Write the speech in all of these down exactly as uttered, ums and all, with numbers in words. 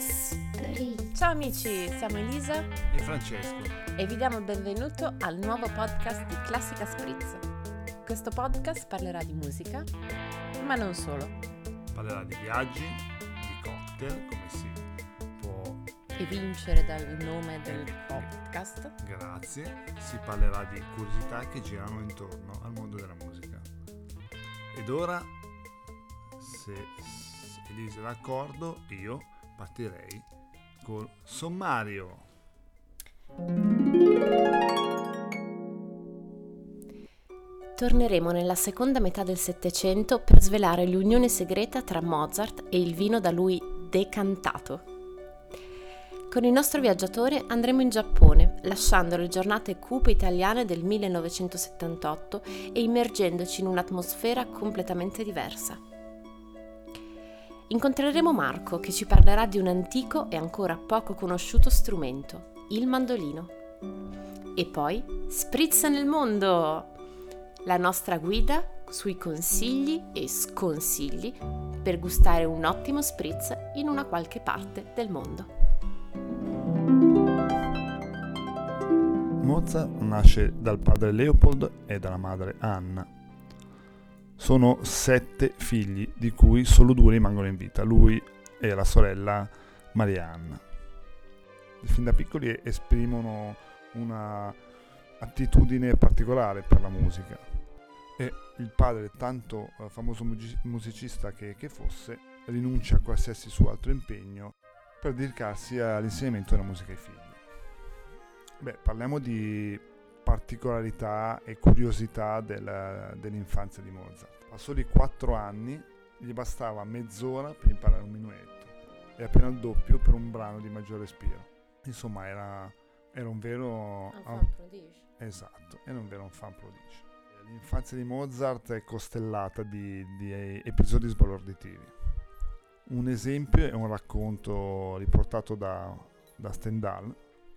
Spritz. Ciao amici, siamo Elisa e Francesco e vi diamo il benvenuto al nuovo podcast di Classica Spritz. Questo podcast parlerà di musica, ma non solo. Parlerà di viaggi, di cocktail, come si può evincere dal nome del podcast. Grazie. Si parlerà di curiosità che girano intorno al mondo della musica. Ed ora, se Elisa è d'accordo, io partirei col sommario. Torneremo nella seconda metà del Settecento per svelare l'unione segreta tra Mozart e il vino da lui decantato. Con il nostro viaggiatore andremo in Giappone, lasciando le giornate cupe italiane del millenovecentosettantotto e immergendoci in un'atmosfera completamente diversa. Incontreremo Marco, che ci parlerà di un antico e ancora poco conosciuto strumento, il mandolino. E poi Spritz nel mondo! La nostra guida sui consigli e sconsigli per gustare un ottimo spritz in una qualche parte del mondo. Mozart nasce dal padre Leopold e dalla madre Anna. Sono sette figli, di cui solo due rimangono in vita, lui e la sorella Maria Anna. Fin da piccoli esprimono una attitudine particolare per la musica e il padre, tanto famoso musicista che, che fosse, rinuncia a qualsiasi suo altro impegno per dedicarsi all'insegnamento della musica ai figli. Beh, parliamo di particolarità e curiosità della, dell'infanzia di Mozart. A soli quattro anni gli bastava mezz'ora per imparare un minuetto e appena il doppio per un brano di maggior respiro. Insomma, era, era un vero... Un fan prodigio. Esatto, era un vero fan prodigio. L'infanzia di Mozart è costellata di, di episodi sbalorditivi. Un esempio è un racconto riportato da, da Stendhal.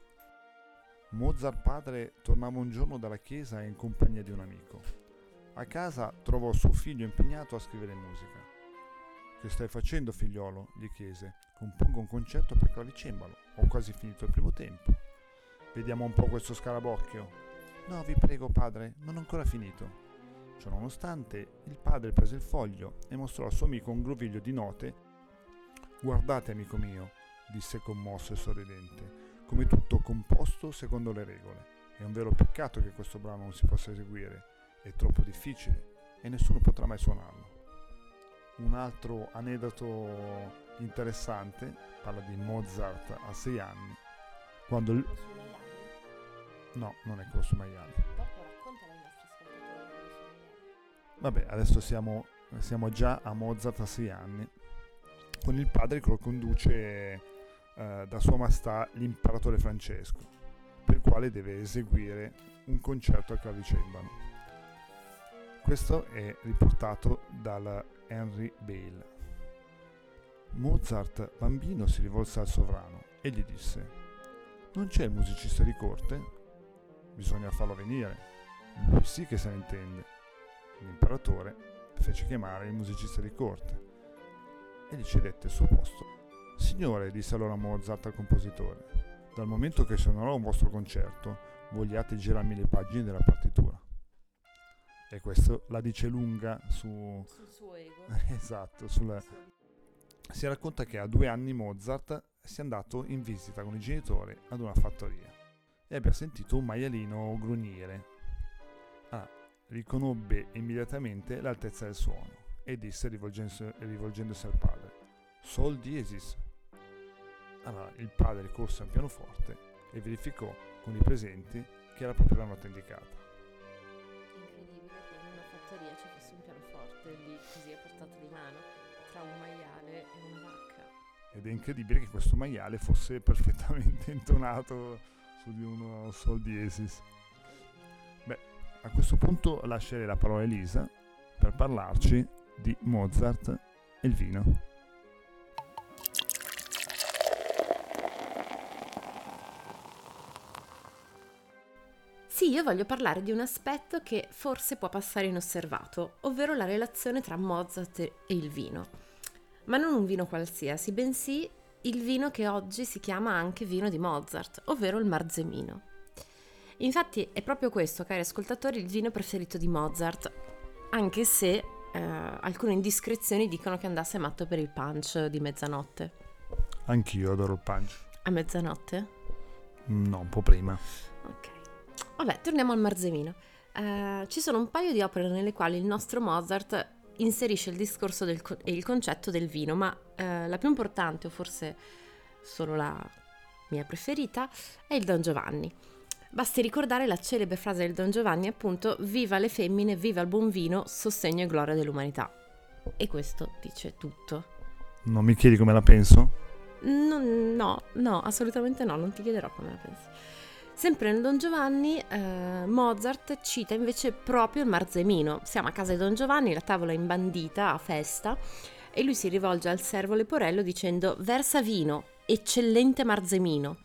Mozart padre tornava un giorno dalla chiesa in compagnia di un amico. A casa trovò suo figlio impegnato a scrivere musica. «Che stai facendo, figliolo?» gli chiese. «Compongo un concerto per clavicembalo. Ho quasi finito il primo tempo». «Vediamo un po' questo scarabocchio». «No, vi prego, padre, non ho ancora finito». Ciononostante, il padre prese il foglio e mostrò al suo amico un groviglio di note. «Guardate, amico mio», disse commosso e sorridente, «come tutto composto secondo le regole. È un vero peccato che questo brano non si possa eseguire, è troppo difficile e nessuno potrà mai suonarlo». Un altro aneddoto interessante parla di Mozart a sei anni, quando il... No, non è quello su maiali. Dopo raccontala ai nostri ascoltatori. Vabbè, adesso siamo, siamo già a Mozart a sei anni, con il padre che lo conduce eh, da Sua Maestà l'imperatore Francesco, per il quale deve eseguire un concerto al clavicembalo. Questo è riportato dal Henry Bale. Mozart, bambino, si rivolse al sovrano e gli disse: «Non c'è il musicista di corte? Bisogna farlo venire. Lui sì che se ne intende». L'imperatore fece chiamare il musicista di corte e gli cedette il suo posto. «Signore», disse allora Mozart al compositore, «dal momento che suonerò un vostro concerto, vogliate girarmi le pagine della partitura». E questo la dice lunga su... sul suo ego. Esatto, sulla... Si racconta che a due anni Mozart sia andato in visita con i genitori ad una fattoria e abbia sentito un maialino grugnire. Ah, riconobbe immediatamente l'altezza del suono e disse, rivolgendosi, rivolgendosi al padre: «Sol diesis». Allora il padre corse al pianoforte e verificò con i presenti che era proprio la nota indicata. Incredibile che in una fattoria ci fosse un pianoforte lì così a portata di mano tra un maiale e una vacca. Ed è incredibile che questo maiale fosse perfettamente intonato su di uno sol diesis. Beh, a questo punto lascerei la parola a Elisa per parlarci di Mozart e il vino. Sì, io voglio parlare di un aspetto che forse può passare inosservato, ovvero la relazione tra Mozart e il vino. Ma non un vino qualsiasi, bensì il vino che oggi si chiama anche vino di Mozart, ovvero il Marzemino. Infatti è proprio questo, cari ascoltatori, il vino preferito di Mozart, anche se eh, alcune indiscrezioni dicono che andasse matto per il punch di mezzanotte. Anch'io adoro il punch. A mezzanotte? No, un po' prima. Ok. Vabbè, torniamo al Marzemino. Uh, ci sono un paio di opere nelle quali il nostro Mozart inserisce il discorso del co- e il concetto del vino, ma uh, la più importante, o forse solo la mia preferita, è il Don Giovanni. Basti ricordare la celebre frase del Don Giovanni, appunto: viva le femmine, viva il buon vino, sostegno e gloria dell'umanità. E questo dice tutto. Non mi chiedi come la penso? No, no, no, assolutamente no, non ti chiederò come la pensi. Sempre nel Don Giovanni, eh, Mozart cita invece proprio il Marzemino. Siamo a casa di Don Giovanni, la tavola è imbandita a festa e lui si rivolge al servo Leporello dicendo: versa vino, eccellente Marzemino.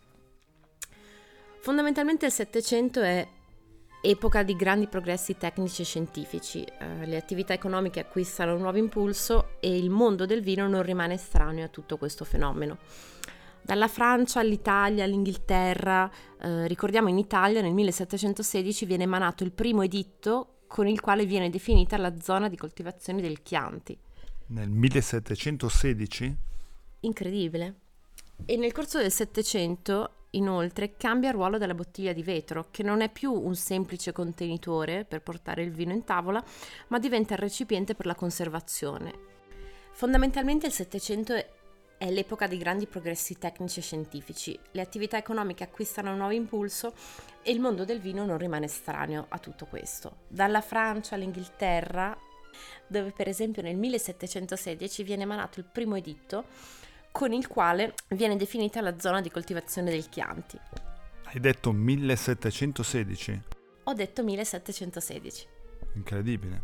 Fondamentalmente il Settecento è epoca di grandi progressi tecnici e scientifici, eh, le attività economiche acquistano un nuovo impulso e il mondo del vino non rimane estraneo a tutto questo fenomeno. Dalla Francia all'Italia, all'Inghilterra, eh, ricordiamo in Italia nel millesettecentosedici viene emanato il primo editto con il quale viene definita la zona di coltivazione del Chianti. Nel millesettecentosedici? Incredibile. E nel corso del Settecento, inoltre, cambia il ruolo della bottiglia di vetro, che non è più un semplice contenitore per portare il vino in tavola, ma diventa il recipiente per la conservazione. Fondamentalmente il Settecento è È l'epoca di grandi progressi tecnici e scientifici, le attività economiche acquistano un nuovo impulso e il mondo del vino non rimane estraneo a tutto questo. Dalla Francia all'Inghilterra, dove per esempio nel millesettecentosedici viene emanato il primo editto con il quale viene definita la zona di coltivazione del Chianti. Hai detto millesettecentosedici? Ho detto millesettecentosedici. Incredibile.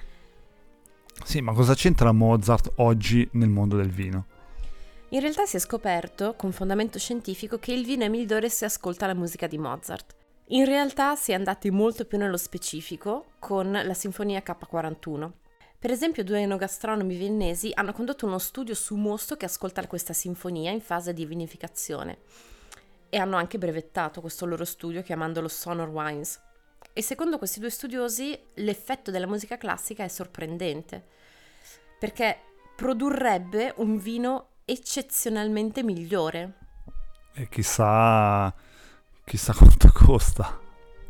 Sì, ma cosa c'entra Mozart oggi nel mondo del vino? In realtà si è scoperto, con fondamento scientifico, che il vino è migliore se ascolta la musica di Mozart. In realtà si è andati molto più nello specifico con la Sinfonia K quarantuno. Per esempio, due enogastronomi viennesi hanno condotto uno studio su mosto che ascolta questa sinfonia in fase di vinificazione e hanno anche brevettato questo loro studio chiamandolo Sonor Wines. E secondo questi due studiosi l'effetto della musica classica è sorprendente, perché produrrebbe un vino eccezionalmente migliore. E chissà chissà quanto costa.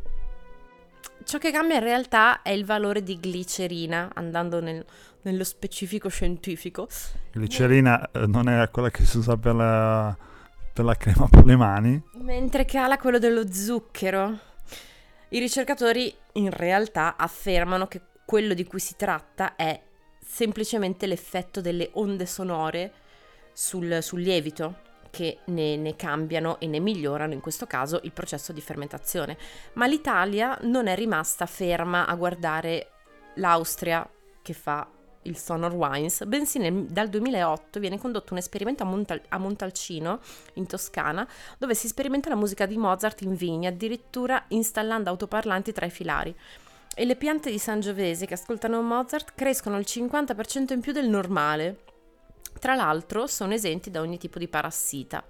Ciò che cambia in realtà è il valore di glicerina, andando nel, nello specifico scientifico. Glicerina eh, non è quella che si usa per la, per la crema per le mani? Mentre cala quello dello zucchero. I ricercatori in realtà affermano che quello di cui si tratta è semplicemente l'effetto delle onde sonore sul, sul lievito, che ne, ne cambiano e ne migliorano in questo caso il processo di fermentazione. Ma l'Italia non è rimasta ferma a guardare l'Austria che fa il Sonor Wines, bensì nel, dal duemilaotto viene condotto un esperimento a, Montal, a Montalcino, in Toscana, dove si sperimenta la musica di Mozart in vigna, addirittura installando autoparlanti tra i filari. E le piante di Sangiovese che ascoltano Mozart crescono il cinquanta per cento in più del normale. Tra l'altro sono esenti da ogni tipo di parassita.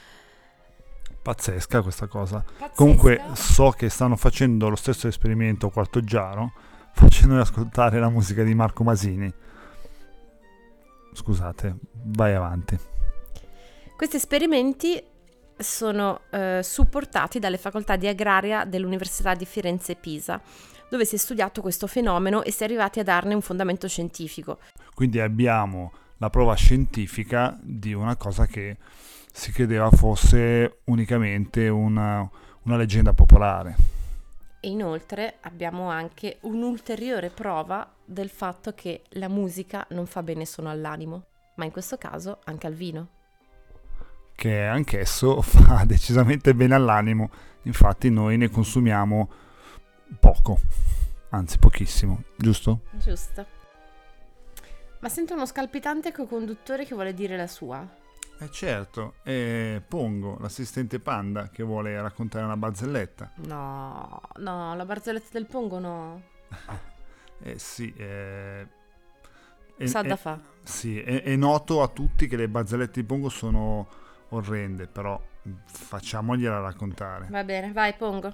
Pazzesca questa cosa. Pazzesca. Comunque so che stanno facendo lo stesso esperimento a Quartogiaro, facendo ascoltare la musica di Marco Masini. Scusate, vai avanti. Questi esperimenti sono eh, supportati dalle facoltà di agraria dell'Università di Firenze e Pisa, dove si è studiato questo fenomeno e si è arrivati a darne un fondamento scientifico. Quindi abbiamo la prova scientifica di una cosa che si credeva fosse unicamente una, una leggenda popolare. E inoltre abbiamo anche un'ulteriore prova del fatto che la musica non fa bene solo all'animo, ma in questo caso anche al vino. Che anch'esso fa decisamente bene all'animo, infatti noi ne consumiamo poco, anzi pochissimo, giusto? Giusto. Ma sento uno scalpitante co-conduttore che vuole dire la sua. Eh certo, è Pongo, l'assistente panda, che vuole raccontare una barzelletta. No, no, la barzelletta del Pongo no. Eh sì, è... è Sa da è, fa. Sì, è, è noto a tutti che le barzellette di Pongo sono orrende, però facciamogliela raccontare. Va bene, vai, Pongo.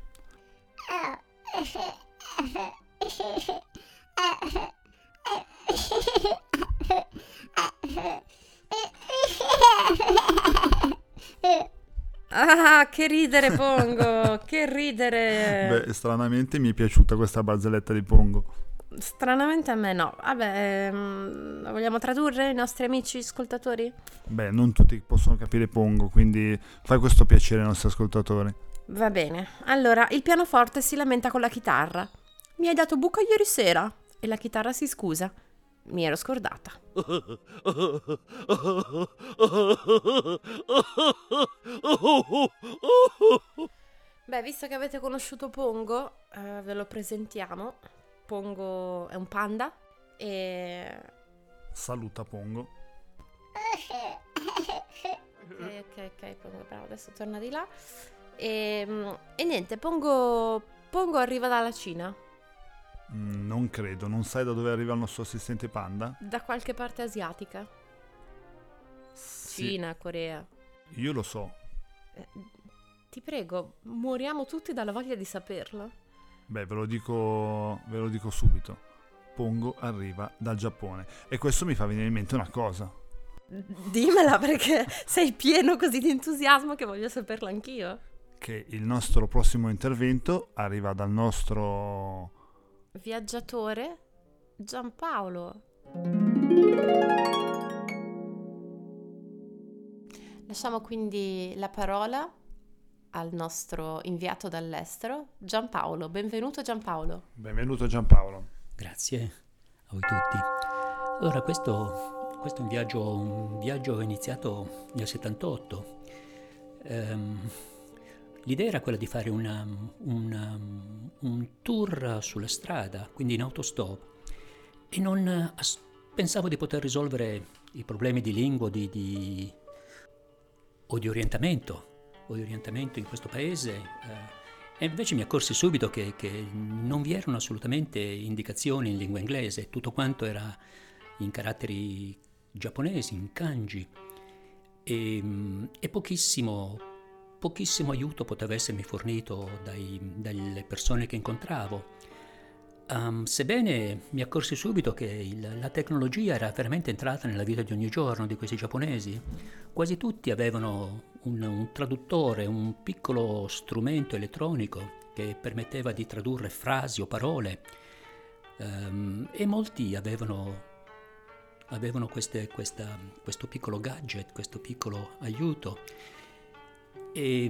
Ah, che ridere, Pongo, che ridere. Beh, stranamente mi è piaciuta questa barzelletta di Pongo. Stranamente a me no. Vabbè, ehm, la vogliamo tradurre ai nostri amici ascoltatori? Beh, non tutti possono capire Pongo, quindi fai questo piacere ai nostri ascoltatori. Va bene. Allora, il pianoforte si lamenta con la chitarra. Mi hai dato buca ieri sera. E la chitarra si scusa. Mi ero scordata. Beh, visto che avete conosciuto Pongo, eh, ve lo presentiamo. Pongo è un panda e... Saluta Pongo. Ok, ok, ok, Pongo, bravo, adesso torna di là. E, e niente, Pongo, Pongo arriva dalla Cina. Mm, non credo, non sai da dove arriva il nostro assistente panda? Da qualche parte asiatica. Sì, Cina, Corea. io lo so. Eh, ti prego, moriamo tutti dalla voglia di saperlo. Beh, ve lo dico, ve lo dico subito. Pongo arriva dal Giappone. E questo mi fa venire in mente una cosa. Dimmela perché sei pieno così di entusiasmo che voglio saperlo anch'io. Che il nostro prossimo intervento arriva dal nostro... Viaggiatore Giampaolo. Lasciamo quindi la parola al nostro inviato dall'estero, Giampaolo. Benvenuto Giampaolo. Benvenuto Giampaolo. Grazie a voi tutti. Allora, questo, questo è un viaggio, un viaggio iniziato nel settantotto. Um, l'idea era quella di fare una, una, un tour sulla strada, quindi in autostop, e non pensavo di poter risolvere i problemi di lingua di, di, o di orientamento o di orientamento in questo paese, eh, e invece mi accorsi subito che, che non vi erano assolutamente indicazioni in lingua inglese, tutto quanto era in caratteri giapponesi, in kanji, e, e pochissimo, pochissimo aiuto poteva essermi fornito dai, dalle persone che incontravo. Um, sebbene mi accorsi subito che il, la tecnologia era veramente entrata nella vita di ogni giorno di questi giapponesi, quasi tutti avevano un, un traduttore, un piccolo strumento elettronico che permetteva di tradurre frasi o parole, um, e molti avevano, avevano queste, questa, questo piccolo gadget, questo piccolo aiuto. E,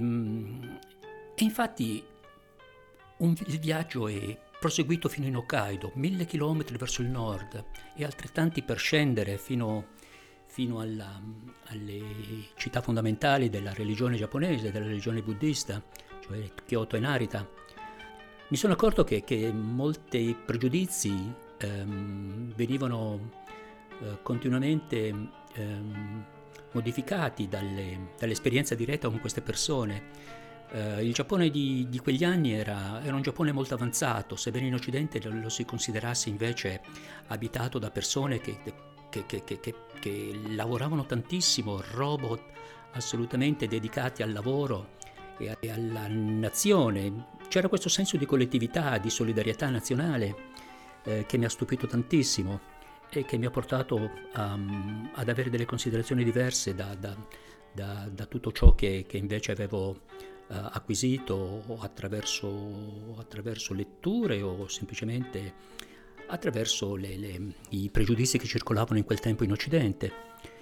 e infatti un, il viaggio è proseguito fino in Hokkaido, mille chilometri verso il nord e altrettanti per scendere fino, fino alla, alle città fondamentali della religione giapponese, della religione buddista, cioè Kyoto e Narita. Mi sono accorto che, che molti pregiudizi ehm, venivano eh, continuamente ehm, modificati dalle, dall'esperienza diretta con queste persone. Uh, il Giappone di, di quegli anni era, era un Giappone molto avanzato, sebbene in Occidente lo, lo si considerasse invece abitato da persone che, che, che, che, che, che lavoravano tantissimo, robot assolutamente dedicati al lavoro e, a, e alla nazione. C'era questo senso di collettività, di solidarietà nazionale eh, che mi ha stupito tantissimo e che mi ha portato a, ad avere delle considerazioni diverse da, da, da, da tutto ciò che, che invece avevo Uh, acquisito attraverso, attraverso letture o semplicemente attraverso le, le, i pregiudizi che circolavano in quel tempo in Occidente.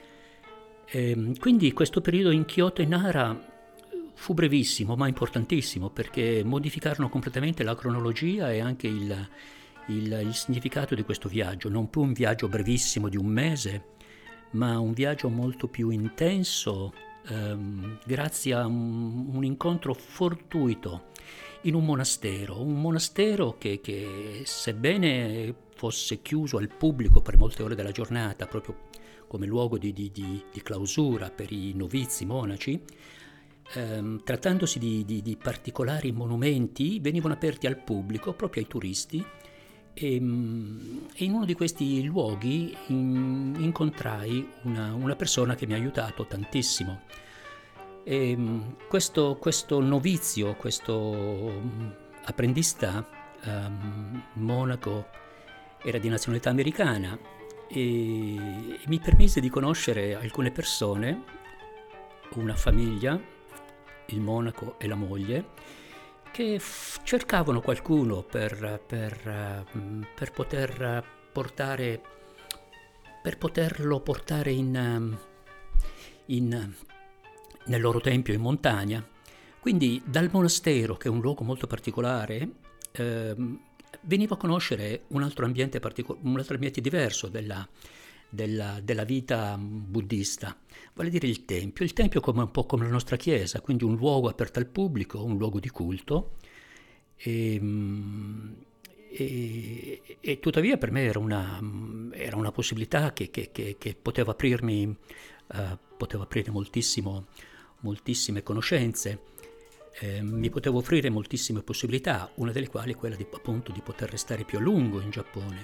E, quindi questo periodo in Kyoto e Nara fu brevissimo ma importantissimo, perché modificarono completamente la cronologia e anche il, il, il significato di questo viaggio. Non più un viaggio brevissimo di un mese, ma un viaggio molto più intenso, Um, grazie a un, un incontro fortuito in un monastero, un monastero che, che sebbene fosse chiuso al pubblico per molte ore della giornata, proprio come luogo di, di, di, di clausura per i novizi monaci, um, trattandosi di, di, di particolari monumenti, venivano aperti al pubblico, proprio ai turisti, e, e in uno di questi luoghi in, incontrai una, una persona che mi ha aiutato tantissimo. E questo, questo novizio, questo apprendista um, monaco era di nazionalità americana e, e mi permise di conoscere alcune persone, una famiglia, il monaco e la moglie, che f- cercavano qualcuno per, per, uh, per poter portare, per poterlo portare in, in, nel loro tempio in montagna. Quindi dal monastero, che è un luogo molto particolare, eh, venivo a conoscere un altro ambiente, partico- un altro ambiente diverso della, della, della vita buddista, vale a dire il tempio. Il tempio come un po' come la nostra chiesa, quindi un luogo aperto al pubblico, un luogo di culto. E, e, e tuttavia per me era una, era una possibilità che, che, che, che poteva aprirmi, uh, poteva aprire moltissimo, moltissime conoscenze. Eh, mi potevo offrire moltissime possibilità, una delle quali è quella di, appunto, di poter restare più a lungo in Giappone.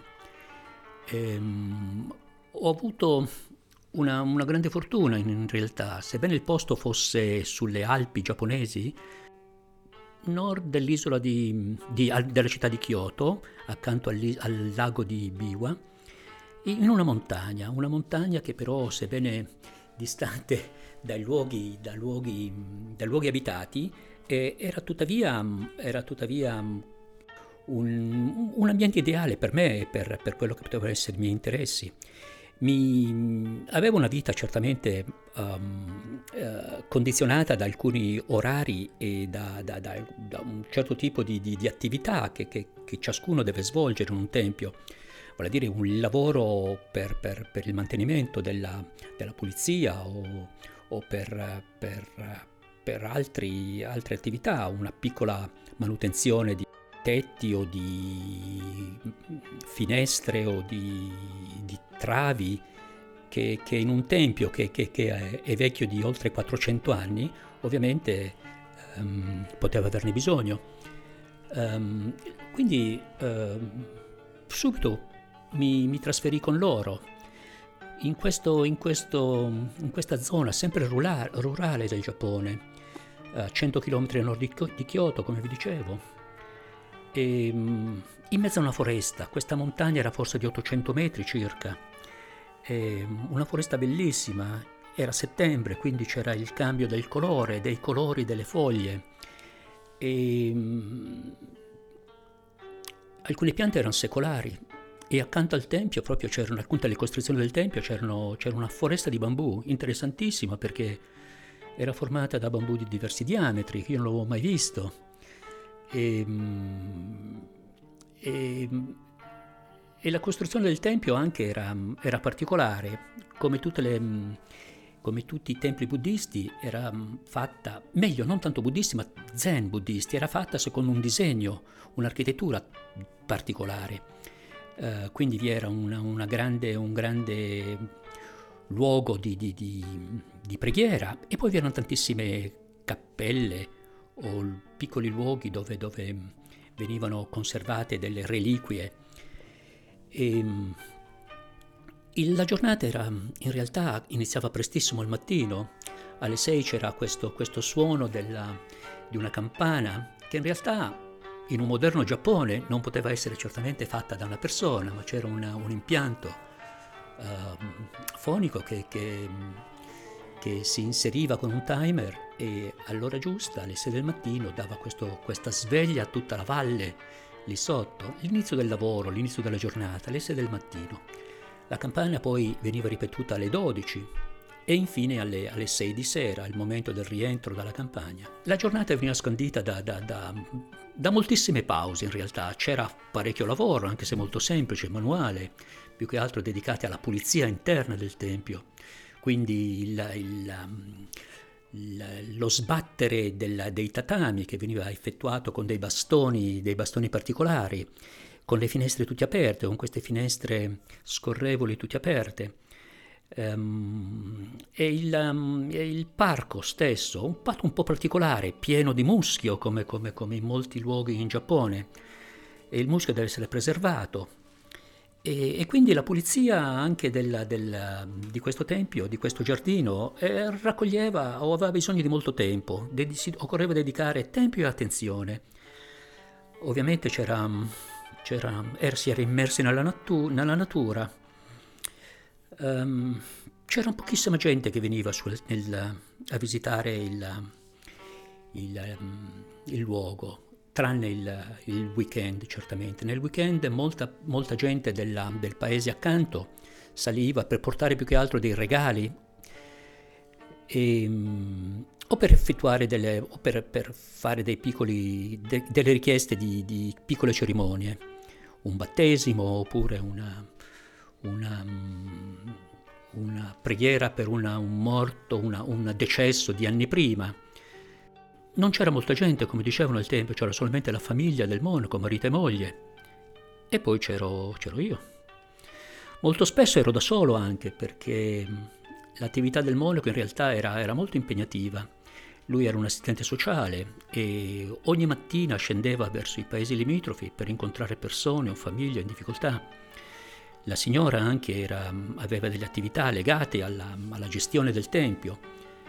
Ehm, ho avuto una, una grande fortuna in, in realtà, sebbene il posto fosse sulle Alpi giapponesi, nord dell'isola di, di, della città di Kyoto, accanto al, al lago di Biwa, in una montagna, una montagna che però, sebbene distante dai luoghi, da luoghi, da luoghi abitati, eh, era tuttavia, era tuttavia un, un ambiente ideale per me e per, per quello che potevano essere i miei interessi. Mi, avevo una vita certamente um, uh, condizionata da alcuni orari e da, da, da, da un certo tipo di, di, di attività che, che, che ciascuno deve svolgere in un tempio. Vuol dire un lavoro per, per, per il mantenimento della, della pulizia o, o per, per, per altri, altre attività, una piccola manutenzione di tetti o di finestre o di, di travi che, che in un tempio che, che, che è vecchio di oltre quattrocento anni ovviamente um, poteva averne bisogno. Um, quindi um, subito mi, mi trasferì con loro in, questo, in, questo, in questa zona sempre rurale, rurale del Giappone, a cento chilometri a nord di, di Kyoto, come vi dicevo. E, in mezzo a una foresta, questa montagna era forse di ottocento metri circa, e una foresta bellissima, era settembre, quindi c'era il cambio del colore, dei colori delle foglie, e um, alcune piante erano secolari e accanto al tempio proprio c'erano, accanto alle costruzioni del tempio c'erano, c'era una foresta di bambù interessantissima perché era formata da bambù di diversi diametri che io non l'avevo mai visto. E, e, e la costruzione del tempio anche era, era particolare, come, tutte le, come tutti i templi buddisti era fatta, meglio non tanto buddisti ma zen buddisti, era fatta secondo un disegno, un'architettura particolare, uh, quindi vi era una, una grande, un grande luogo di, di, di, di preghiera e poi vi erano tantissime cappelle o piccoli luoghi dove, dove venivano conservate delle reliquie. E il, la giornata era, in realtà iniziava prestissimo al mattino, alle sei c'era questo, questo suono della, di una campana che in realtà in un moderno Giappone non poteva essere certamente fatta da una persona, ma c'era una, un impianto uh, fonico che, che, che si inseriva con un timer e all'ora giusta, alle sei del mattino, dava questo, questa sveglia a tutta la valle lì sotto, l'inizio del lavoro, l'inizio della giornata, alle sei del mattino. La campana poi veniva ripetuta alle dodici e infine alle, alle sei di sera, al momento del rientro dalla campagna. La giornata veniva scandita da, da, da, da moltissime pause in realtà, c'era parecchio lavoro, anche se molto semplice, manuale, più che altro dedicate alla pulizia interna del tempio, quindi il... il lo sbattere del, dei tatami che veniva effettuato con dei bastoni, dei bastoni particolari, con le finestre tutte aperte, con queste finestre scorrevoli tutte aperte. Um, e, il, um, e il parco stesso, un parco un po' particolare, pieno di muschio, come, come, come in molti luoghi in Giappone, e il muschio deve essere preservato. E, e quindi la pulizia anche del, del, di questo tempio, di questo giardino, eh, raccoglieva o aveva bisogno di molto tempo, de- si, occorreva dedicare tempo e attenzione. Ovviamente c'era, c'era, er, si era immersi nella, natu- nella natura. Um, c'era pochissima gente che veniva sul, nel, a visitare il, il, um, il luogo, tranne il, il weekend certamente. Nel weekend molta, molta gente della, del paese accanto saliva per portare più che altro dei regali e, um, o per effettuare delle, o per, per fare dei piccoli, de, delle richieste di, di piccole cerimonie, un battesimo oppure una, una, una preghiera per una, un morto, una, un decesso di anni prima. Non c'era molta gente, come dicevano al tempo, c'era solamente la famiglia del monaco, marito e moglie. E poi c'ero, c'ero io. Molto spesso ero da solo anche, perché l'attività del monaco in realtà era, era molto impegnativa. Lui era un assistente sociale e ogni mattina scendeva verso i paesi limitrofi per incontrare persone o famiglie in difficoltà. La signora anche era, aveva delle attività legate alla, alla gestione del tempio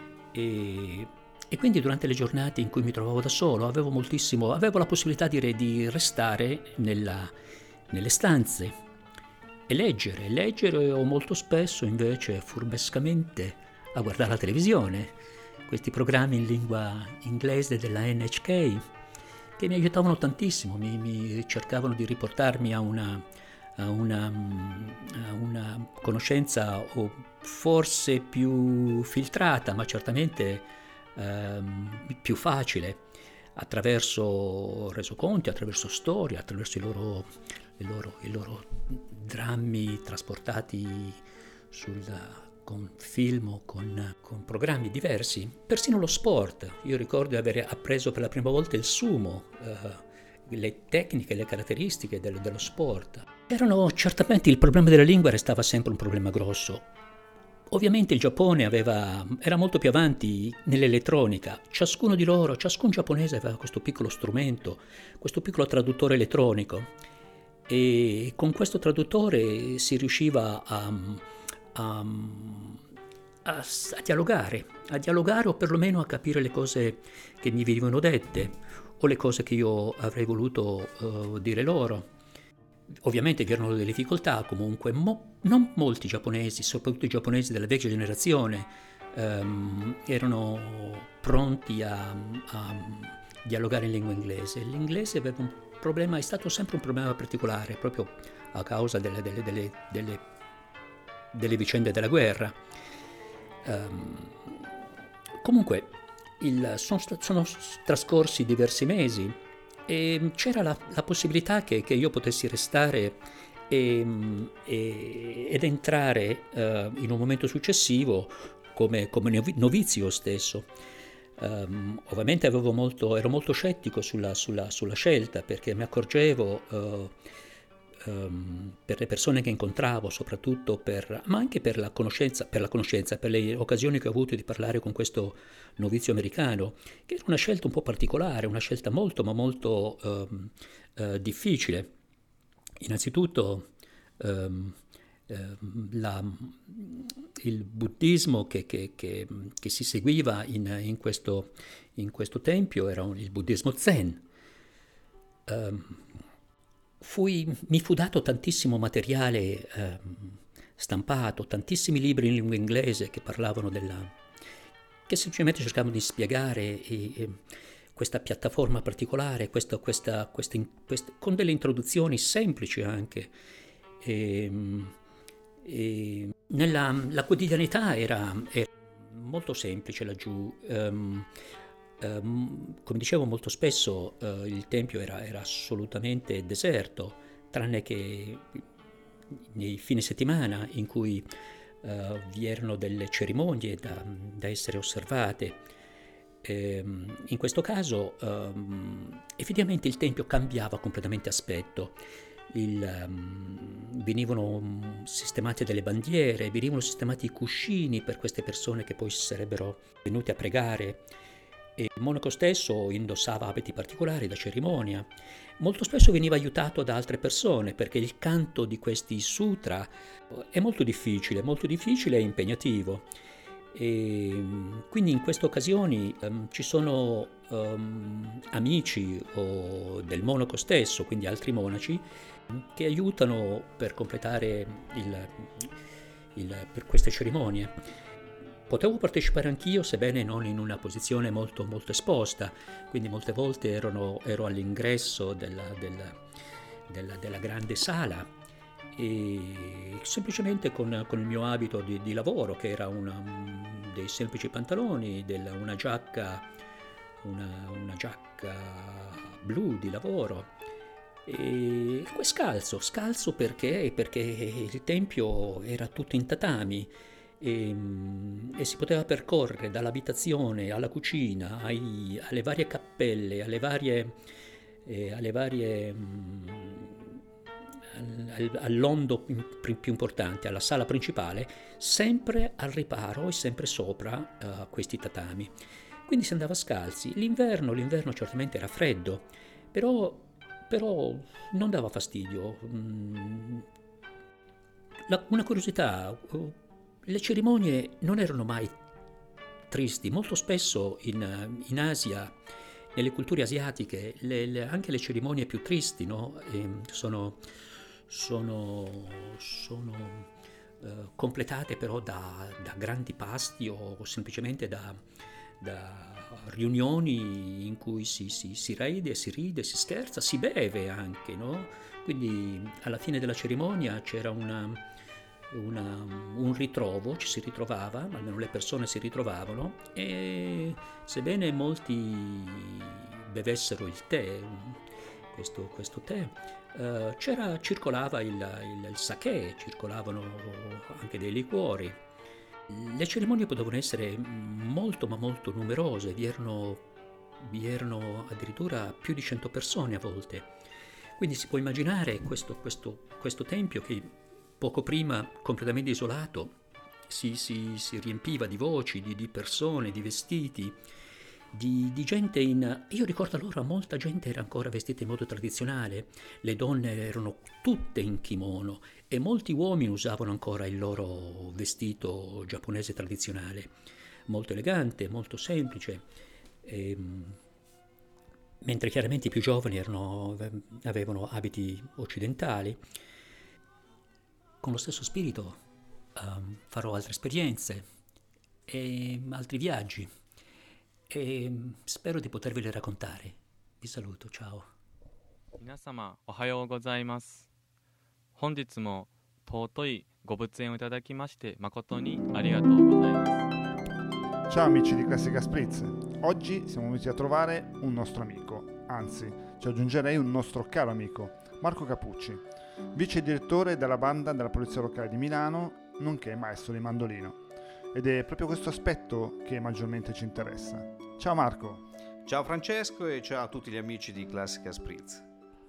e E quindi durante le giornate in cui mi trovavo da solo avevo moltissimo, avevo la possibilità di, di restare nella, nelle stanze e leggere, leggere o molto spesso invece furbescamente a guardare la televisione, questi programmi in lingua inglese della N H K che mi aiutavano tantissimo, mi, mi cercavano di riportarmi a una, a una, a una conoscenza o forse più filtrata, ma certamente più facile, attraverso resoconti, attraverso storie, attraverso i loro, i loro, i loro drammi trasportati sul, con film o con, con programmi diversi. Persino lo sport. Io ricordo di aver appreso per la prima volta il sumo, eh, le tecniche, le caratteristiche del, dello sport. Erano certamente, il problema della lingua restava sempre un problema grosso. Ovviamente il Giappone aveva, era molto più avanti nell'elettronica, ciascuno di loro, ciascun giapponese aveva questo piccolo strumento, questo piccolo traduttore elettronico e con questo traduttore si riusciva a, a, a, a dialogare, a dialogare o perlomeno a capire le cose che mi venivano dette o le cose che io avrei voluto uh, dire loro. Ovviamente vi erano delle difficoltà, comunque mo, non molti giapponesi, soprattutto i giapponesi della vecchia generazione, ehm, erano pronti a, a dialogare in lingua inglese. L'inglese aveva un problema, è stato sempre un problema particolare, proprio a causa delle, delle, delle, delle, delle vicende della guerra. Um, comunque il, sono, sono trascorsi diversi mesi e c'era la, la possibilità che, che io potessi restare e, e, ed entrare uh, in un momento successivo come, come novizio stesso. Um, ovviamente avevo molto, ero molto scettico sulla, sulla, sulla scelta, perché mi accorgevo uh, um, per le persone che incontravo, soprattutto per, ma anche per la conoscenza, per la conoscenza, per le occasioni che ho avuto di parlare con questo novizio americano, che era una scelta un po' particolare, una scelta molto ma molto um, uh, difficile. Innanzitutto um, La, il buddismo che, che, che, che si seguiva in, in, questo, in questo tempio era un, il buddismo zen. Um, fui, mi fu dato tantissimo materiale um, stampato, tantissimi libri in lingua inglese che parlavano della, che semplicemente cercavano di spiegare e, e questa piattaforma particolare, questa, questa, questa, questa, con delle introduzioni semplici anche. E, E nella la quotidianità era, era molto semplice laggiù, um, um, come dicevo molto spesso uh, il tempio era, era assolutamente deserto, tranne che nei fine settimana in cui uh, vi erano delle cerimonie da, da essere osservate. E, in questo caso um, effettivamente il tempio cambiava completamente aspetto. Il, um, venivano sistemate delle bandiere, venivano sistemati i cuscini per queste persone che poi sarebbero venute a pregare. E il monaco stesso indossava abiti particolari da cerimonia. Molto spesso veniva aiutato da altre persone perché il canto di questi sutra è molto difficile, molto difficile e impegnativo. E quindi in queste occasioni um, ci sono um, amici o del monaco stesso, quindi altri monaci, che aiutano per completare il, il, per queste cerimonie. Potevo partecipare anch'io, sebbene non in una posizione molto, molto esposta, quindi molte volte erano, ero all'ingresso della, della, della, della grande sala e semplicemente con, con il mio abito di, di lavoro, che era una, dei semplici pantaloni, della, una giacca, una, una giacca blu di lavoro, e scalzo, scalzo perché? Perché il tempio era tutto in tatami e, e si poteva percorrere dall'abitazione alla cucina, ai, alle varie cappelle, alle varie, eh, alle varie al, all'ondo più, più importante, alla sala principale, sempre al riparo e sempre sopra uh, questi tatami. Quindi si andava scalzi. L'inverno, l'inverno certamente era freddo, però, però non dava fastidio. Mm, la, una curiosità, uh, le cerimonie non erano mai tristi. Molto spesso in, in Asia, nelle culture asiatiche, le, le, anche le cerimonie più tristi, no? E sono, sono, sono uh, completate però da, da grandi pasti o semplicemente da, da riunioni in cui si, si, si ride, si ride, si scherza, si beve anche, no? Quindi alla fine della cerimonia c'era una... Una, un ritrovo, ci si ritrovava, almeno le persone si ritrovavano, e sebbene molti bevessero il tè, questo, questo tè, eh, c'era, circolava il, il, il sake, circolavano anche dei liquori. Le cerimonie potevano essere molto ma molto numerose, vi erano, vi erano addirittura più di cento persone a volte. Quindi si può immaginare questo, questo, questo tempio che poco prima, completamente isolato, si, si, si riempiva di voci, di, di persone, di vestiti, di, di gente in... Io ricordo allora molta gente era ancora vestita in modo tradizionale, le donne erano tutte in kimono e molti uomini usavano ancora il loro vestito giapponese tradizionale, molto elegante, molto semplice, e, mentre chiaramente i più giovani erano, avevano abiti occidentali. Con lo stesso spirito um, farò altre esperienze e altri viaggi e spero di poterveli raccontare. Vi saluto, ciao. 皆様おはようございます。本日も尊いご仏縁をいただきまして誠にありがとうございます。 Ciao amici di Classica Spritz, oggi siamo venuti a trovare un nostro amico, anzi ci aggiungerei un nostro caro amico, Marco Capucci, vice direttore della banda della Polizia Locale di Milano, nonché maestro di mandolino. Ed è proprio questo aspetto che maggiormente ci interessa. Ciao Marco. Ciao Francesco e ciao a tutti gli amici di Classica Spritz.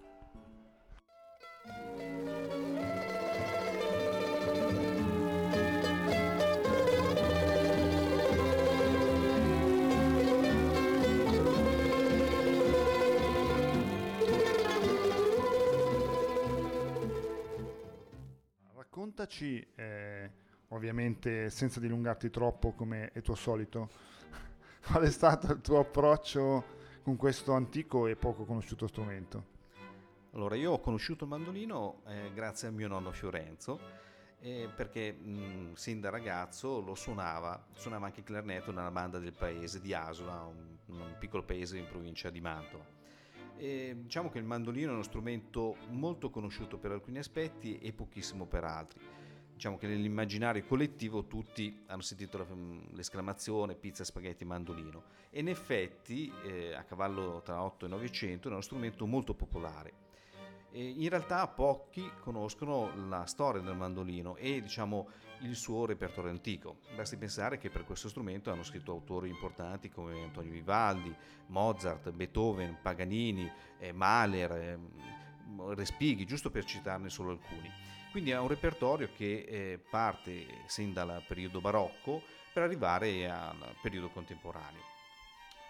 Raccontaci, eh, ovviamente senza dilungarti troppo come è tuo solito, qual è stato il tuo approccio con questo antico e poco conosciuto strumento? Allora, io ho conosciuto il mandolino eh, grazie a mio nonno Fiorenzo, eh, perché mh, sin da ragazzo lo suonava, suonava anche il clarinetto nella banda del paese di Asola, un, un piccolo paese in provincia di Mantova. E diciamo che il mandolino è uno strumento molto conosciuto per alcuni aspetti e pochissimo per altri. Diciamo che nell'immaginario collettivo tutti hanno sentito l'esclamazione pizza, spaghetti, mandolino, e in effetti eh, a cavallo tra otto e novecento è uno strumento molto popolare. E in realtà pochi conoscono la storia del mandolino e diciamo il suo repertorio antico. Basti pensare che per questo strumento hanno scritto autori importanti come Antonio Vivaldi, Mozart, Beethoven, Paganini, eh, Mahler, eh, Respighi, giusto per citarne solo alcuni. Quindi è un repertorio che eh, parte sin dal periodo barocco per arrivare al periodo contemporaneo.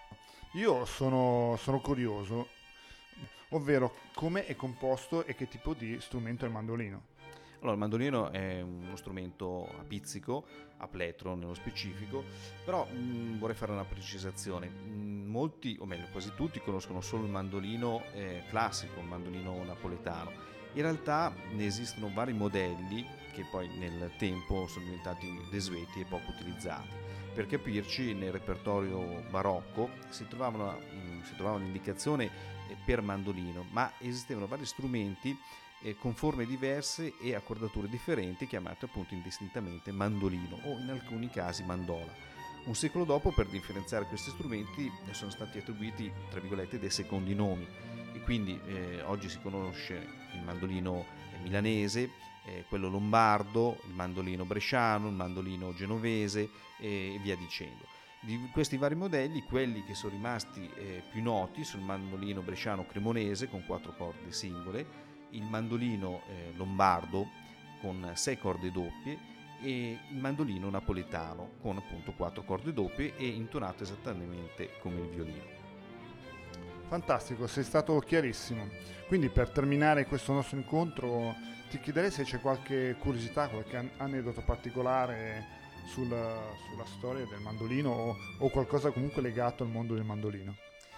Io sono, sono curioso, ovvero come è composto e che tipo di strumento è il mandolino. Allora, il mandolino è uno strumento a pizzico, a plettro nello specifico, però mh, vorrei fare una precisazione. Mh, molti, o meglio quasi tutti, conoscono solo il mandolino eh, classico, il mandolino napoletano. In realtà ne esistono vari modelli che poi nel tempo sono diventati desueti e poco utilizzati. Per capirci, nel repertorio barocco si trovava, mh, si trovava un'indicazione eh, per mandolino, ma esistevano vari strumenti eh, con forme diverse e accordature differenti, chiamate appunto indistintamente mandolino o in alcuni casi mandola. Un secolo dopo, per differenziare questi strumenti, sono stati attribuiti, tra virgolette, dei secondi nomi, e quindi eh, oggi si conosce il mandolino milanese, eh, quello lombardo, il mandolino bresciano, il mandolino genovese e, e via dicendo. Di questi vari modelli, quelli che sono rimasti eh, più noti sono il mandolino bresciano cremonese con quattro corde singole, il mandolino eh, lombardo con sei corde doppie e il mandolino napoletano con appunto quattro corde doppie e intonato esattamente come il violino. Fantastico, sei stato chiarissimo. Quindi per terminare questo nostro incontro ti chiederei se c'è qualche curiosità, qualche an- aneddoto particolare sul, sulla storia del mandolino o, o qualcosa comunque legato al mondo del mandolino.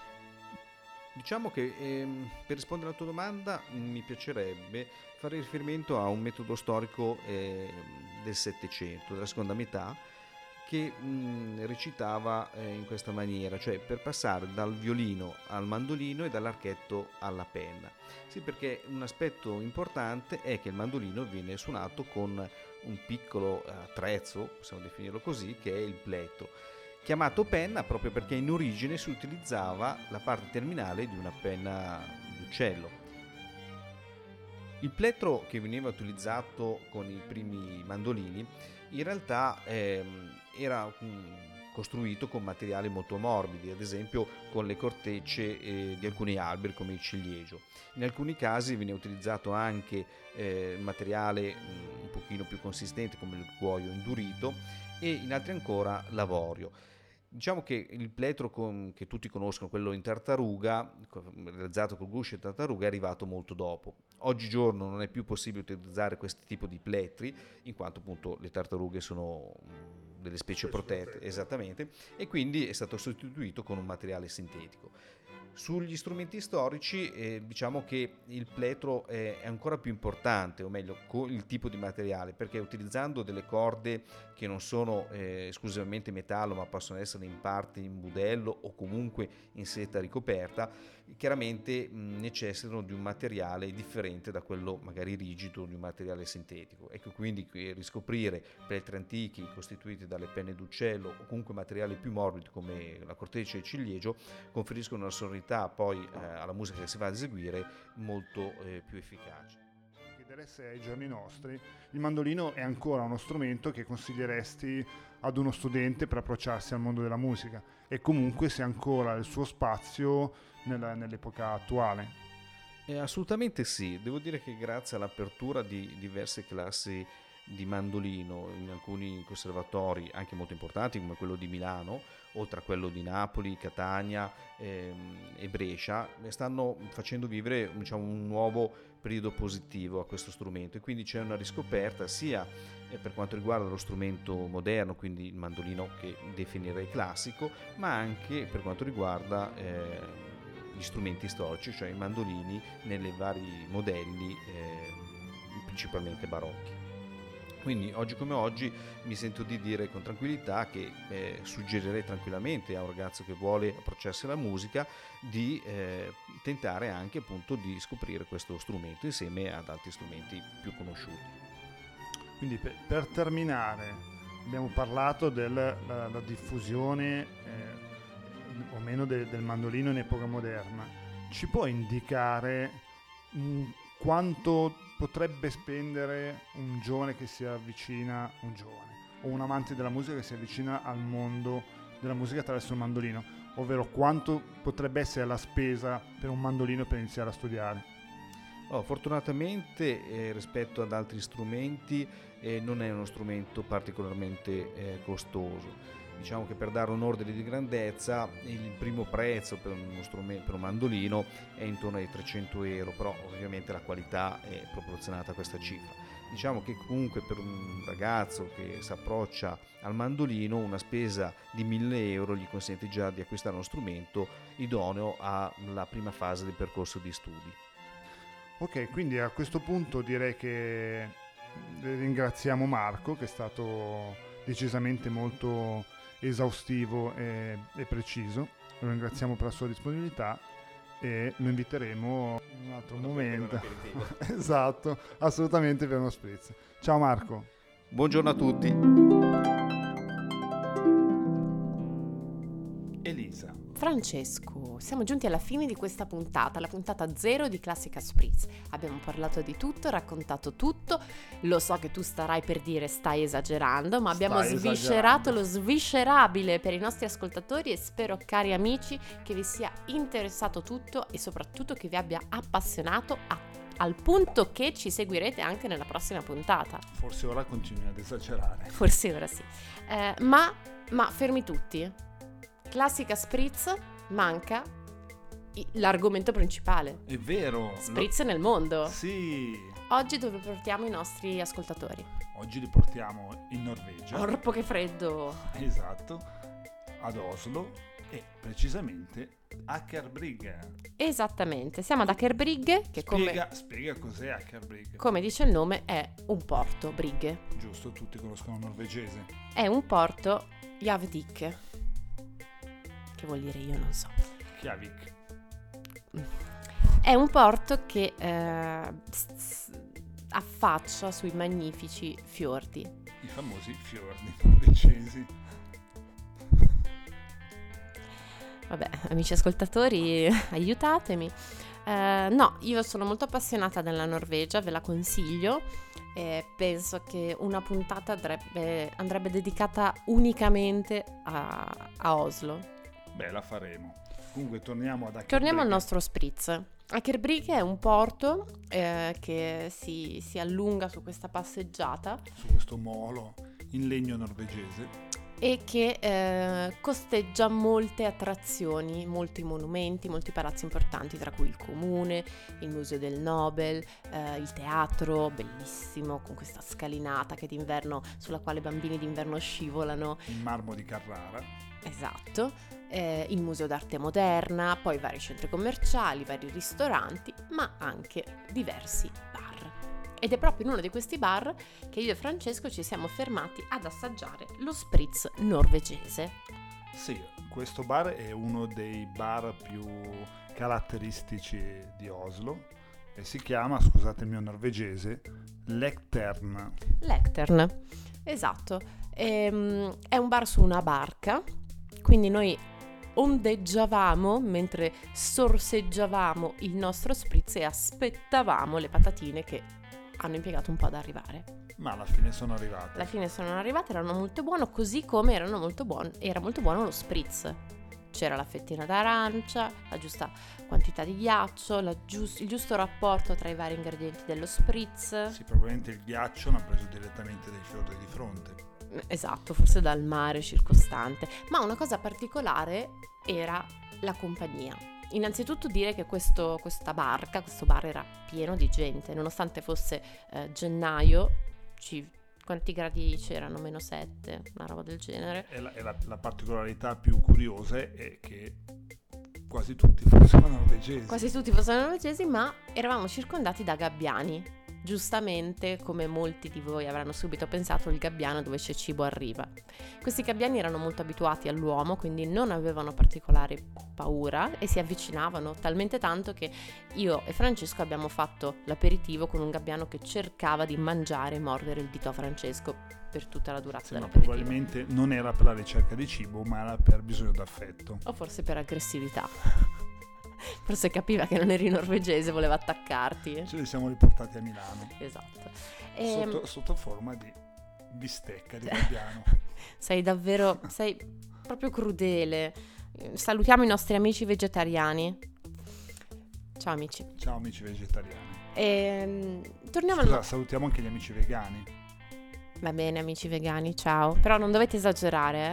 Diciamo che ehm, per rispondere alla tua domanda mi piacerebbe fare riferimento a un metodo storico eh, del Settecento, della seconda metà, che mh, recitava eh, in questa maniera, cioè per passare dal violino al mandolino e dall'archetto alla penna. Sì, perché un aspetto importante è che il mandolino viene suonato con un piccolo attrezzo, possiamo definirlo così, che è il plettro, chiamato penna proprio perché in origine si utilizzava la parte terminale di una penna d'uccello. Il plettro che veniva utilizzato con i primi mandolini in realtà ehm, era mh, costruito con materiali molto morbidi, ad esempio con le cortecce eh, di alcuni alberi come il ciliegio. In alcuni casi viene utilizzato anche eh, materiale mh, un pochino più consistente come il cuoio indurito e in altri ancora l'avorio. Diciamo che il plettro con, che tutti conoscono, quello in tartaruga, realizzato col guscio in tartaruga, è arrivato molto dopo. Oggigiorno non è più possibile utilizzare questo tipo di plettri, in quanto appunto le tartarughe sono delle specie protette, esattamente, e quindi è stato sostituito con un materiale sintetico. Sugli strumenti storici eh, diciamo che il plettro è ancora più importante, o meglio il tipo di materiale, perché utilizzando delle corde che non sono eh, esclusivamente metallo ma possono essere in parte in budello o comunque in seta ricoperta, chiaramente mh, necessitano di un materiale differente da quello magari rigido, di un materiale sintetico. Ecco quindi riscoprire plettri antichi costituiti dalle penne d'uccello o comunque materiali più morbidi come la corteccia e il ciliegio conferiscono una sonorità poi eh, alla musica che si va ad eseguire molto eh, più efficace. Chiederei se ai giorni nostri il mandolino è ancora uno strumento che consiglieresti ad uno studente per approcciarsi al mondo della musica e comunque se ancora il suo spazio nella, nell'epoca attuale. Eh, assolutamente sì, devo dire che grazie all'apertura di diverse classi di mandolino in alcuni conservatori anche molto importanti come quello di Milano, oltre a quello di Napoli, Catania ehm, e Brescia, stanno facendo vivere diciamo, un nuovo periodo positivo a questo strumento e quindi c'è una riscoperta sia eh, per quanto riguarda lo strumento moderno, quindi il mandolino che definirei classico, ma anche per quanto riguarda eh, gli strumenti storici, cioè i mandolini nelle vari modelli eh, principalmente barocchi. Quindi oggi come oggi mi sento di dire con tranquillità che eh, suggerirei tranquillamente a un ragazzo che vuole approcciarsi alla musica di eh, tentare anche appunto di scoprire questo strumento insieme ad altri strumenti più conosciuti. Quindi per, per terminare abbiamo parlato della diffusione eh, o meno de, del mandolino in epoca moderna. Ci può indicare mh, quanto potrebbe spendere un giovane che si avvicina, un giovane o un amante della musica che si avvicina al mondo della musica attraverso il mandolino, ovvero quanto potrebbe essere la spesa per un mandolino per iniziare a studiare? Oh, fortunatamente eh, rispetto ad altri strumenti eh, non è uno strumento particolarmente eh, costoso. Diciamo che per dare un ordine di grandezza il primo prezzo per uno strumento, per un mandolino, è intorno ai trecento euro, però ovviamente la qualità è proporzionata a questa cifra. Diciamo che comunque per un ragazzo che si approccia al mandolino una spesa di mille euro gli consente già di acquistare uno strumento idoneo alla prima fase del percorso di studi. Ok, quindi a questo punto direi che ringraziamo Marco, che è stato decisamente molto esaustivo e, e preciso. Lo ringraziamo per la sua disponibilità e lo inviteremo in un altro momento. Esatto, assolutamente per uno spritz. Ciao Marco. Buongiorno a tutti. Elisa. Francesco, siamo giunti alla fine di questa puntata, la puntata zero di Classica Spritz. Abbiamo parlato di tutto, raccontato tutto. Lo so che tu starai per dire stai esagerando, ma abbiamo Stai sviscerato esagerando. lo sviscerabile per i nostri ascoltatori e spero, cari amici, che vi sia interessato tutto e soprattutto che vi abbia appassionato a, al punto che ci seguirete anche nella prossima puntata. Forse ora continui ad esagerare. Forse ora sì. Eh, ma, ma fermi tutti. Classica Spritz, manca i- l'argomento principale. È vero. Spritz nel mondo. Lo... Sì. Oggi dove portiamo i nostri ascoltatori? Oggi li portiamo in Norvegia. Orpo che freddo! Esatto. Ad Oslo e precisamente Akerbrigge. Esattamente, siamo ad Akerbrigge, che come, Spiega, spiega cos'è Akerbrigge. come dice il nome è un porto, Brigge. Giusto, tutti conoscono il norvegese. È un porto Javdik. Che vuol dire io non so. Kjavik. È un porto che eh, s- s- affaccia sui magnifici fiordi. I famosi fiordi norvegesi. Vabbè, amici ascoltatori, aiutatemi. Eh, no, io sono molto appassionata della Norvegia, ve la consiglio. E penso che una puntata andrebbe, andrebbe dedicata unicamente a, a Oslo. Beh, la faremo. Comunque torniamo ad Akerbrigge. Torniamo al nostro spritz. Akerbrigge è un porto eh, che si, si allunga su questa passeggiata Su questo molo in legno norvegese. e che eh, costeggia molte attrazioni, molti monumenti, molti palazzi importanti, tra cui il comune, il museo del Nobel, eh, il teatro, bellissimo, con questa scalinata che d'inverno, sulla quale i bambini d'inverno scivolano. Il marmo di Carrara. Esatto, eh, il museo d'arte moderna, poi vari centri commerciali, vari ristoranti, ma anche diversi bar. Ed è proprio in uno di questi bar che io e Francesco ci siamo fermati ad assaggiare lo spritz norvegese. Sì, questo bar è uno dei bar più caratteristici di Oslo e si chiama, scusate il mio norvegese, Lektern. Lektern, esatto. Ehm, è un bar su una barca, quindi noi ondeggiavamo mentre sorseggiavamo il nostro spritz e aspettavamo le patatine che hanno impiegato un po' ad arrivare. Ma alla fine sono arrivate. Alla fine sono arrivate, erano molto buone, così come erano molto buon- era molto buono lo spritz. C'era la fettina d'arancia, la giusta quantità di ghiaccio, la gius- il giusto rapporto tra i vari ingredienti dello spritz. Sì, probabilmente il ghiaccio l'ha preso direttamente dai fiordi di fronte. Esatto, forse dal mare circostante. Ma una cosa particolare era la compagnia. Innanzitutto dire che questo, questa barca, questo bar era pieno di gente, nonostante fosse eh, gennaio, ci, quanti gradi c'erano? Meno sette, una roba del genere. E la, e la, la particolarità più curiosa è che quasi tutti fossero norvegesi. Quasi tutti fossero norvegesi, ma eravamo circondati da gabbiani. Giustamente, come molti di voi avranno subito pensato, il gabbiano dove c'è cibo arriva. Questi gabbiani erano molto abituati all'uomo, quindi non avevano particolare paura e si avvicinavano talmente tanto che io e Francesco abbiamo fatto l'aperitivo con un gabbiano che cercava di mangiare e mordere il dito a Francesco per tutta la durata Sì, ma dell'aperitivo. probabilmente non era per la ricerca di cibo, ma era per bisogno d'affetto. O forse per aggressività. Forse capiva che non eri norvegese, voleva attaccarti. Ce li siamo riportati a Milano. Esatto. Ehm, Sotto, sotto forma di bistecca di gabbiano. Sei davvero, sei proprio crudele. Eh, Salutiamo i nostri amici vegetariani. Ciao amici. Ciao amici vegetariani. Ehm, torniamo Scusa, al... salutiamo anche gli amici vegani. Va bene amici vegani, ciao. Però non dovete esagerare, eh.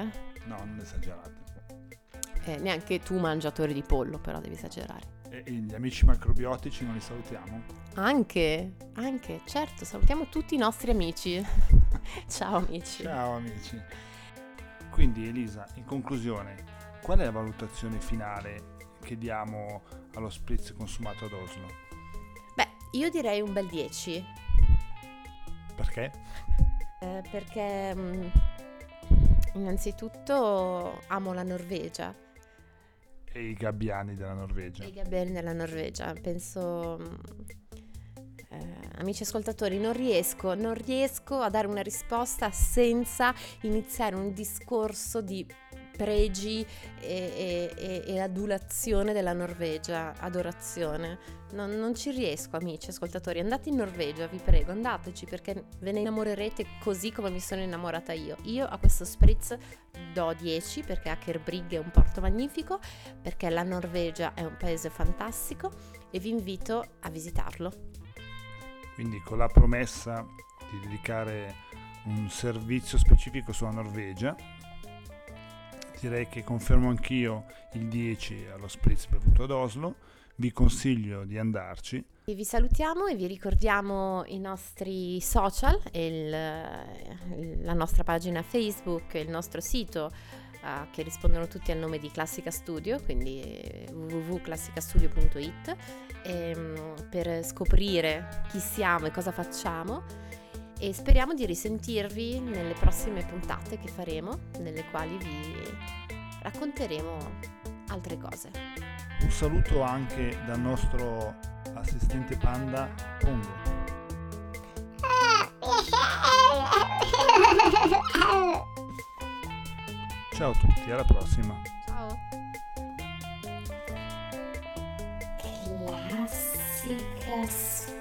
No, non esagerate. Eh, neanche tu mangiatore di pollo, però devi esagerare. E, e gli amici macrobiotici non li salutiamo? Anche, anche, certo, salutiamo tutti i nostri amici. Ciao amici. Ciao amici. Quindi Elisa, in conclusione, qual è la valutazione finale che diamo allo spritz consumato ad Oslo? Beh, io direi un bel dieci. Perché? Eh, perché mh, innanzitutto amo la Norvegia. E i gabbiani della Norvegia. E i gabbiani della Norvegia. Penso, mh, eh, amici ascoltatori, non riesco, non riesco a dare una risposta senza iniziare un discorso di pregi e, e, e adulazione della Norvegia, adorazione. Non, non ci riesco, amici ascoltatori. Andate in Norvegia, vi prego, andateci, perché ve ne innamorerete così come mi sono innamorata io. Io a questo spritz do dieci perché Akerbrig è un porto magnifico, perché la Norvegia è un paese fantastico e vi invito a visitarlo. Quindi con la promessa di dedicare un servizio specifico sulla Norvegia, direi che confermo anch'io il dieci allo spritz bevuto ad Oslo. Vi consiglio di andarci. E vi salutiamo e vi ricordiamo i nostri social, il, la nostra pagina Facebook e il nostro sito uh, che rispondono tutti al nome di Classica Studio, quindi w w w punto classicastudio punto i t, e, per scoprire chi siamo e cosa facciamo. E speriamo di risentirvi nelle prossime puntate che faremo, nelle quali vi racconteremo altre cose. Un saluto anche dal nostro assistente panda Pongo. Ciao a tutti, alla prossima. Ciao. Classica